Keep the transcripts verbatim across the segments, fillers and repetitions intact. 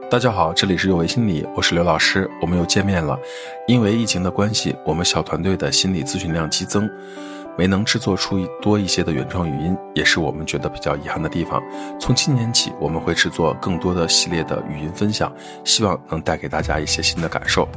大家好，这里是有为心理，我是刘老师，我们又见面了。因为疫情的关系，我们小团队的心理咨询量激增，没能制作出多一些的原创语音，也是我们觉得比较遗憾的地方。从今年起，我们会制作更多的系列的语音分享，希望能带给大家一些新的感受。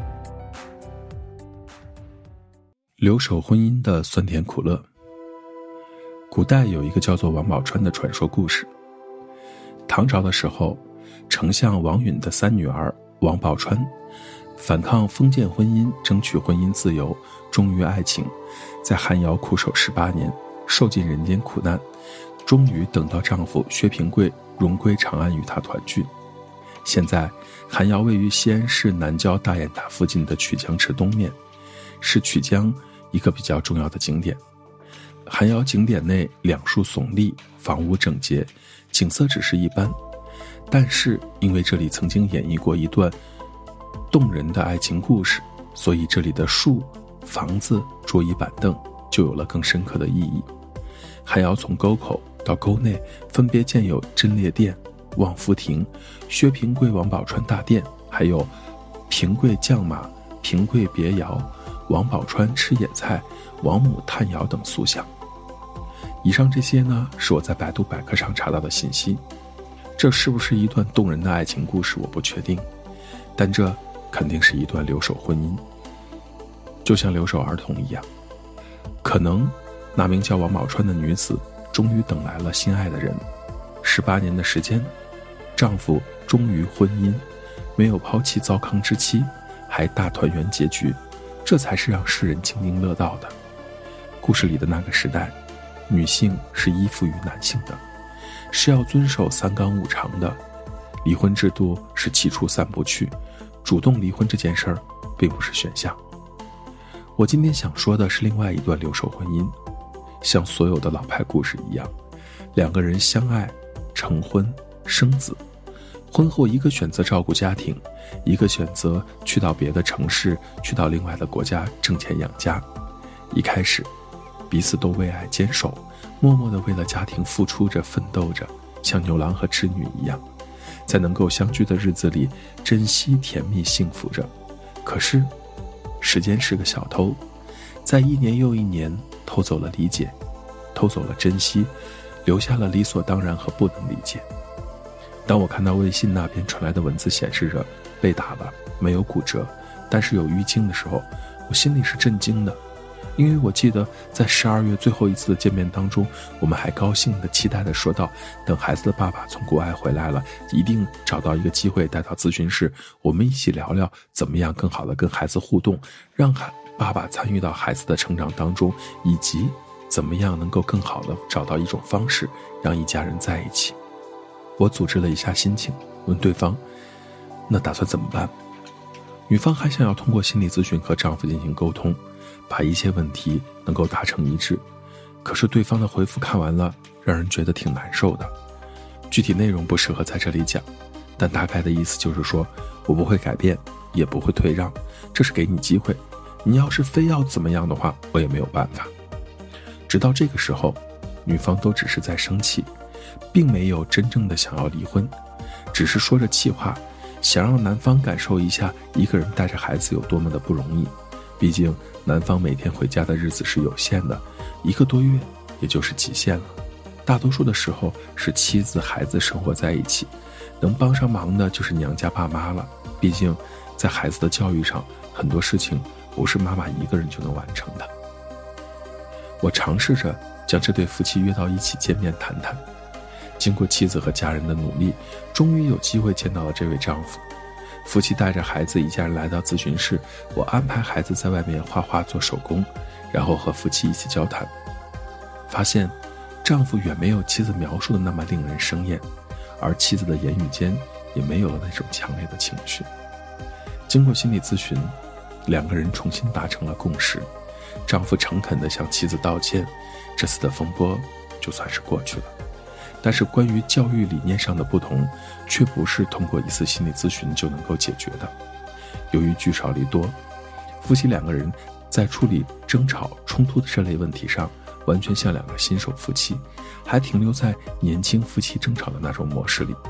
留守婚姻的酸甜苦乐。古代有一个叫做王宝钏的传说故事。唐朝的时候，丞相王允的三女儿王宝钏反抗封建婚姻，争取婚姻自由，忠于爱情，在寒窑苦守十八年，受尽人间苦难，终于等到丈夫薛平贵荣归长安与她团聚。现在寒窑位于西安市南郊大雁塔附近的曲江池东面，是曲江一个比较重要的景点。寒窑景点内两树耸立，房屋整洁，景色只是一般，但是因为这里曾经演绎过一段动人的爱情故事，所以这里的树、房子、桌椅板凳就有了更深刻的意义。寒窑从沟口到沟内分别建有贞烈殿、望夫亭、薛平贵王宝钏大殿，还有平贵将马、平贵别窑、王宝钏吃野菜、王母探窑等塑像。以上这些呢，是我在百度百科上查到的信息。这是不是一段动人的爱情故事我不确定，但这肯定是一段留守婚姻，就像留守儿童一样。可能那名叫王宝钏的女子终于等来了心爱的人，十八年的时间，丈夫终于婚姻，没有抛弃糟糠之妻，还大团圆结局，这才是让世人津津乐道的。故事里的那个时代，女性是依附于男性的，是要遵守三纲五常的，离婚制度是其出三不去，主动离婚这件事儿并不是选项。我今天想说的是另外一段留守婚姻，像所有的老派故事一样，两个人相爱、成婚、生子，婚后一个选择照顾家庭，一个选择去到别的城市，去到另外的国家挣钱养家。一开始彼此都为爱坚守，默默地为了家庭付出着、奋斗着，像牛郎和织女一样，在能够相聚的日子里珍惜、甜蜜、幸福着。可是时间是个小偷，在一年又一年偷走了理解，偷走了珍惜，留下了理所当然和不能理解。当我看到微信那边传来的文字显示着被打了，没有骨折，但是有淤青的时候，我心里是震惊的。因为我记得在十二月最后一次的见面当中，我们还高兴的期待的说到，等孩子的爸爸从国外回来了，一定找到一个机会带到咨询室，我们一起聊聊怎么样更好的跟孩子互动，让爸爸参与到孩子的成长当中，以及怎么样能够更好的找到一种方式让一家人在一起。我组织了一下心情，问对方那打算怎么办。女方还想要通过心理咨询和丈夫进行沟通，把一些问题能够达成一致，可是对方的回复看完了，让人觉得挺难受的。具体内容不适合在这里讲，但大概的意思就是说，我不会改变，也不会退让，这是给你机会，你要是非要怎么样的话，我也没有办法。直到这个时候，女方都只是在生气，并没有真正的想要离婚，只是说着气话，想让男方感受一下一个人带着孩子有多么的不容易。毕竟男方每天回家的日子是有限的，一个多月也就是极限了。大多数的时候是妻子孩子生活在一起，能帮上忙的就是娘家爸妈了。毕竟在孩子的教育上，很多事情不是妈妈一个人就能完成的。我尝试着将这对夫妻约到一起见面谈谈，经过妻子和家人的努力，终于有机会见到了这位丈夫。夫妻带着孩子一家人来到咨询室，我安排孩子在外面画画做手工，然后和夫妻一起交谈。发现丈夫远没有妻子描述的那么令人生厌，而妻子的言语间也没有了那种强烈的情绪。经过心理咨询，两个人重新达成了共识，丈夫诚恳地向妻子道歉，这次的风波就算是过去了。但是关于教育理念上的不同，却不是通过一次心理咨询就能够解决的。由于聚少离多，夫妻两个人在处理争吵冲突的这类问题上，完全像两个新手夫妻，还停留在年轻夫妻争吵的那种模式里。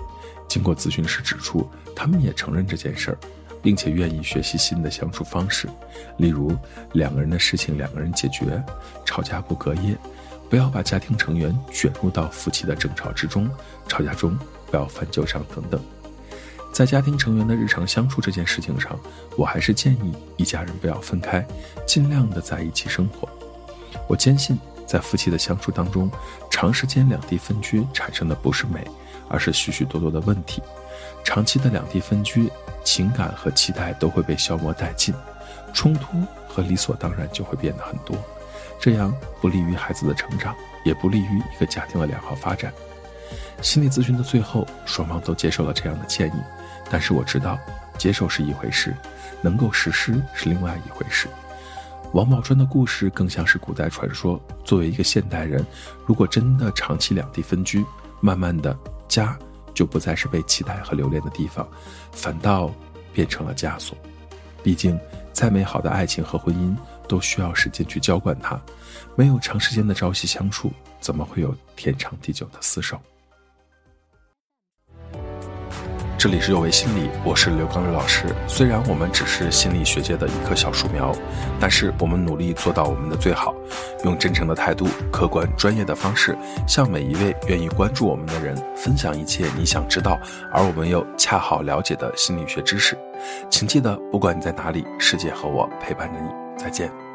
经过咨询师指出，他们也承认这件事儿，并且愿意学习新的相处方式，例如两个人的事情两个人解决，吵架不隔夜，不要把家庭成员卷入到夫妻的争吵之中，吵架中不要翻旧账等等。在家庭成员的日常相处这件事情上，我还是建议一家人不要分开，尽量的在一起生活。我坚信在夫妻的相处当中，长时间两地分居产生的不是美，而是许许多多的问题。长期的两地分居，情感和期待都会被消磨殆尽，冲突和理所当然就会变得很多，这样不利于孩子的成长，也不利于一个家庭的良好发展。心理咨询的最后，双方都接受了这样的建议，但是我知道，接受是一回事，能够实施是另外一回事。王宝钏的故事更像是古代传说，作为一个现代人，如果真的长期两地分居，慢慢的家就不再是被期待和留恋的地方，反倒变成了枷锁。毕竟再美好的爱情和婚姻都需要时间去浇灌它，没有长时间的朝夕相处，怎么会有天长地久的厮守？这里是有为心理，我是刘刚瑞老师。虽然我们只是心理学界的一棵小树苗，但是我们努力做到我们的最好，用真诚的态度、客观专业的方式，向每一位愿意关注我们的人分享一切你想知道而我们又恰好了解的心理学知识。请记得，不管你在哪里，世界和我陪伴着你。再见。